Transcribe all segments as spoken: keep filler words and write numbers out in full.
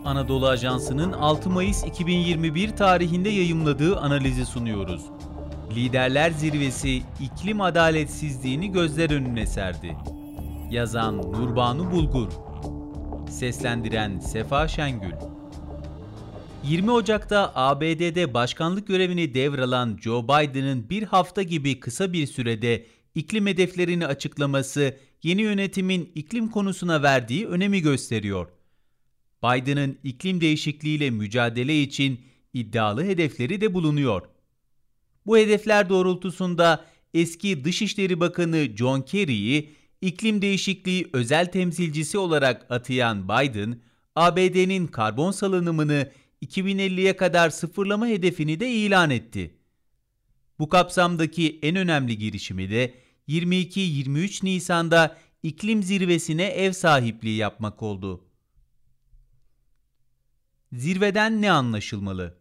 Anadolu Ajansı'nın altı Mayıs iki bin yirmi bir tarihinde yayımladığı analizi sunuyoruz. Liderler Zirvesi iklim adaletsizliğini gözler önüne serdi. Yazan Nurbanu Bulgur, seslendiren Sefa Şengül. yirmi Ocak'ta A B D'de başkanlık görevini devralan Joe Biden'ın bir hafta gibi kısa bir sürede iklim hedeflerini açıklaması, yeni yönetimin iklim konusuna verdiği önemi gösteriyor. Biden'ın iklim değişikliğiyle mücadele için iddialı hedefleri de bulunuyor. Bu hedefler doğrultusunda eski Dışişleri Bakanı John Kerry'i iklim değişikliği özel temsilcisi olarak atayan Biden, A B D'nin karbon salınımını iki bin elliye kadar sıfırlama hedefini de ilan etti. Bu kapsamdaki en önemli girişimi de yirmi iki yirmi üç Nisan'da iklim zirvesine ev sahipliği yapmak oldu. Zirveden ne anlaşılmalı?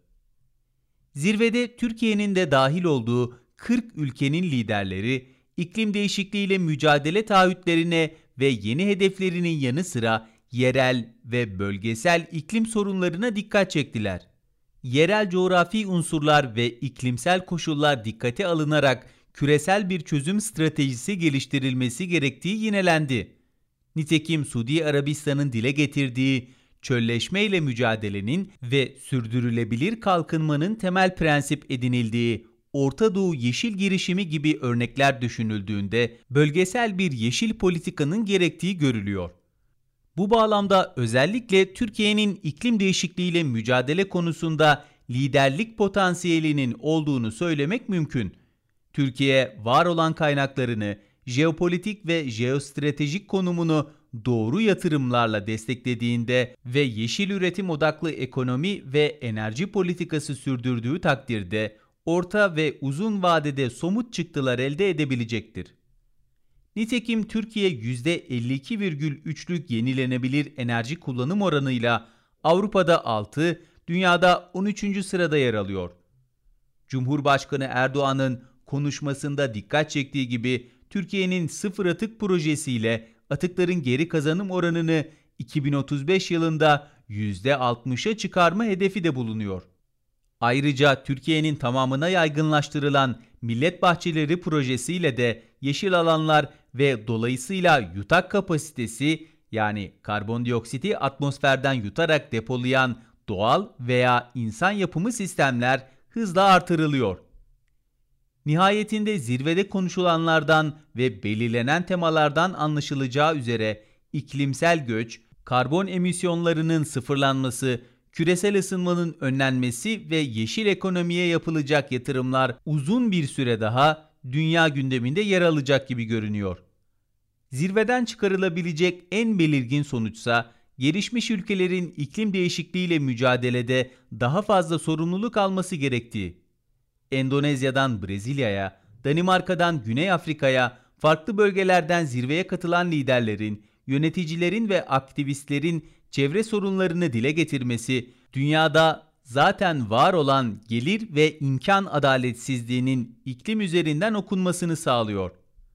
Zirvede Türkiye'nin de dahil olduğu kırk ülkenin liderleri, iklim değişikliğiyle mücadele taahhütlerine ve yeni hedeflerinin yanı sıra yerel ve bölgesel iklim sorunlarına dikkat çektiler. Yerel coğrafi unsurlar ve iklimsel koşullar dikkate alınarak küresel bir çözüm stratejisi geliştirilmesi gerektiği yinelendi. Nitekim Suudi Arabistan'ın dile getirdiği çölleşmeyle mücadelenin ve sürdürülebilir kalkınmanın temel prensip edinildiği Orta Doğu Yeşil Girişimi gibi örnekler düşünüldüğünde bölgesel bir yeşil politikanın gerektiği görülüyor. Bu bağlamda özellikle Türkiye'nin iklim değişikliğiyle mücadele konusunda liderlik potansiyelinin olduğunu söylemek mümkün. Türkiye, var olan kaynaklarını, jeopolitik ve jeostratejik konumunu doğru yatırımlarla desteklediğinde ve yeşil üretim odaklı ekonomi ve enerji politikası sürdürdüğü takdirde orta ve uzun vadede somut çıktılar elde edebilecektir. Nitekim Türkiye yüzde elli iki virgül üç'lük yenilenebilir enerji kullanım oranıyla Avrupa'da altı, dünyada on üçüncü sırada yer alıyor. Cumhurbaşkanı Erdoğan'ın konuşmasında dikkat çektiği gibi Türkiye'nin sıfır atık projesiyle atıkların geri kazanım oranını iki bin otuz beş yılında yüzde altmış'a çıkarma hedefi de bulunuyor. Ayrıca Türkiye'nin tamamına yaygınlaştırılan Millet Bahçeleri projesiyle de yeşil alanlar ve dolayısıyla yutak kapasitesi, yani karbondioksiti atmosferden yutarak depolayan doğal veya insan yapımı sistemler hızla artırılıyor. Nihayetinde zirvede konuşulanlardan ve belirlenen temalardan anlaşılacağı üzere iklimsel göç, karbon emisyonlarının sıfırlanması, küresel ısınmanın önlenmesi ve yeşil ekonomiye yapılacak yatırımlar uzun bir süre daha dünya gündeminde yer alacak gibi görünüyor. Zirveden çıkarılabilecek en belirgin sonuçsa gelişmiş ülkelerin iklim değişikliğiyle mücadelede daha fazla sorumluluk alması gerektiği. Endonezya'dan Brezilya'ya, Danimarka'dan Güney Afrika'ya, farklı bölgelerden zirveye katılan liderlerin, yöneticilerin ve aktivistlerin çevre sorunlarını dile getirmesi, dünyada zaten var olan gelir ve imkan adaletsizliğinin iklim üzerinden okunmasını sağlıyor.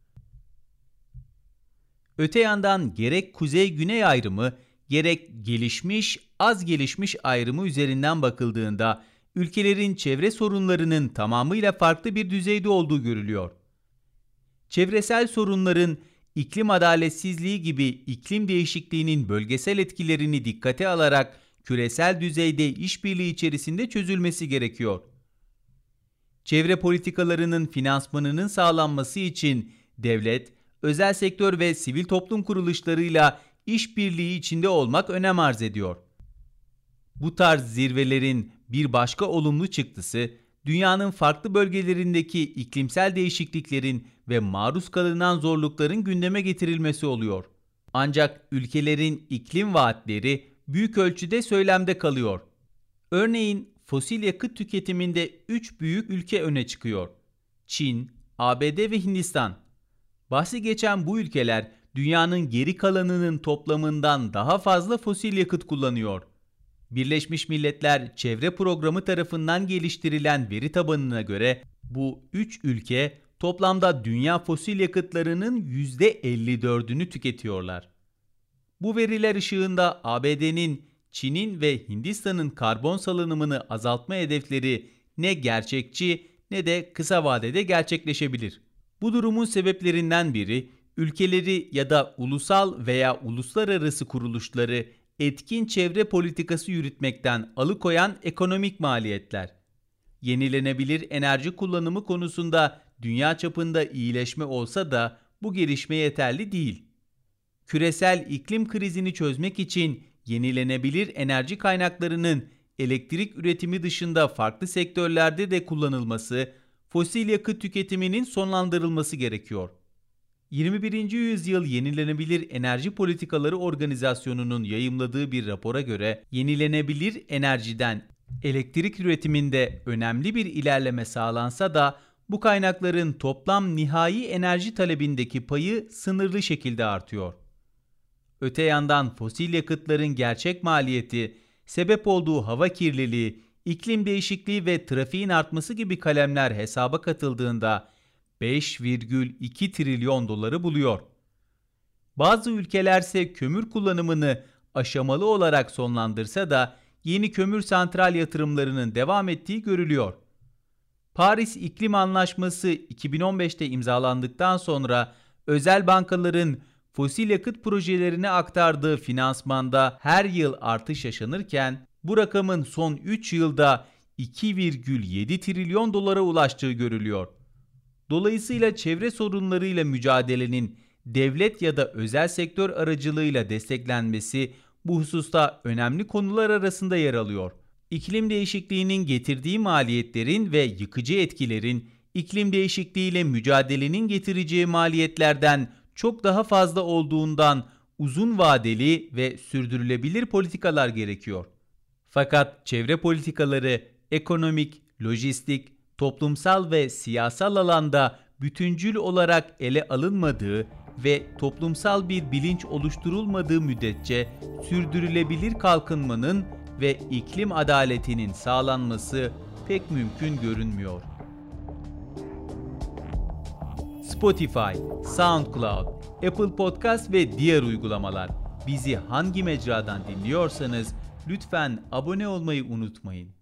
Öte yandan gerek kuzey-güney ayrımı, gerek gelişmiş, az gelişmiş ayrımı üzerinden bakıldığında ülkelerin çevre sorunlarının tamamıyla farklı bir düzeyde olduğu görülüyor. Çevresel sorunların iklim adaletsizliği gibi iklim değişikliğinin bölgesel etkilerini dikkate alarak küresel düzeyde işbirliği içerisinde çözülmesi gerekiyor. Çevre politikalarının finansmanının sağlanması için devlet, özel sektör ve sivil toplum kuruluşlarıyla işbirliği içinde olmak önem arz ediyor. Bu tarz zirvelerin bir başka olumlu çıktısı, dünyanın farklı bölgelerindeki iklimsel değişikliklerin ve maruz kalınan zorlukların gündeme getirilmesi oluyor. Ancak ülkelerin iklim vaatleri büyük ölçüde söylemde kalıyor. Örneğin fosil yakıt tüketiminde üç büyük ülke öne çıkıyor: Çin, A B D ve Hindistan. Bahsi geçen bu ülkeler dünyanın geri kalanının toplamından daha fazla fosil yakıt kullanıyor. Birleşmiş Milletler Çevre Programı tarafından geliştirilen veri tabanına göre bu üç ülke toplamda dünya fosil yakıtlarının yüzde elli dördünü tüketiyorlar. Bu veriler ışığında A B D'nin Çin'in ve Hindistan'ın karbon salınımını azaltma hedefleri ne gerçekçi ne de kısa vadede gerçekleşebilir. Bu durumun sebeplerinden biri, ülkeleri ya da ulusal veya uluslararası kuruluşları etkin çevre politikası yürütmekten alıkoyan ekonomik maliyetler. Yenilenebilir enerji kullanımı konusunda dünya çapında iyileşme olsa da bu gelişme yeterli değil. Küresel iklim krizini çözmek için yenilenebilir enerji kaynaklarının elektrik üretimi dışında farklı sektörlerde de kullanılması, fosil yakıt tüketiminin sonlandırılması gerekiyor. yirmi birinci yüzyıl Yenilenebilir Enerji Politikaları Organizasyonu'nun yayımladığı bir rapora göre yenilenebilir enerjiden elektrik üretiminde önemli bir ilerleme sağlansa da bu kaynakların toplam nihai enerji talebindeki payı sınırlı şekilde artıyor. Öte yandan fosil yakıtların gerçek maliyeti, sebep olduğu hava kirliliği, iklim değişikliği ve trafiğin artması gibi kalemler hesaba katıldığında beş virgül iki trilyon doları buluyor. Bazı ülkelerse kömür kullanımını aşamalı olarak sonlandırsa da yeni kömür santral yatırımlarının devam ettiği görülüyor. Paris İklim Anlaşması iki bin on beşte imzalandıktan sonra özel bankaların fosil yakıt projelerine aktardığı finansmanda her yıl artış yaşanırken bu rakamın son üç yılda iki virgül yedi trilyon dolara ulaştığı görülüyor. Dolayısıyla çevre sorunlarıyla mücadelenin devlet ya da özel sektör aracılığıyla desteklenmesi bu hususta önemli konular arasında yer alıyor. İklim değişikliğinin getirdiği maliyetlerin ve yıkıcı etkilerin iklim değişikliğiyle mücadelenin getireceği maliyetlerden çok daha fazla olduğundan uzun vadeli ve sürdürülebilir politikalar gerekiyor. Fakat çevre politikaları ekonomik, lojistik, toplumsal ve siyasal alanda bütüncül olarak ele alınmadığı ve toplumsal bir bilinç oluşturulmadığı müddetçe sürdürülebilir kalkınmanın ve iklim adaletinin sağlanması pek mümkün görünmüyor. Spotify, SoundCloud, Apple Podcast ve diğer uygulamalar. Bizi hangi mecradan dinliyorsanız lütfen abone olmayı unutmayın.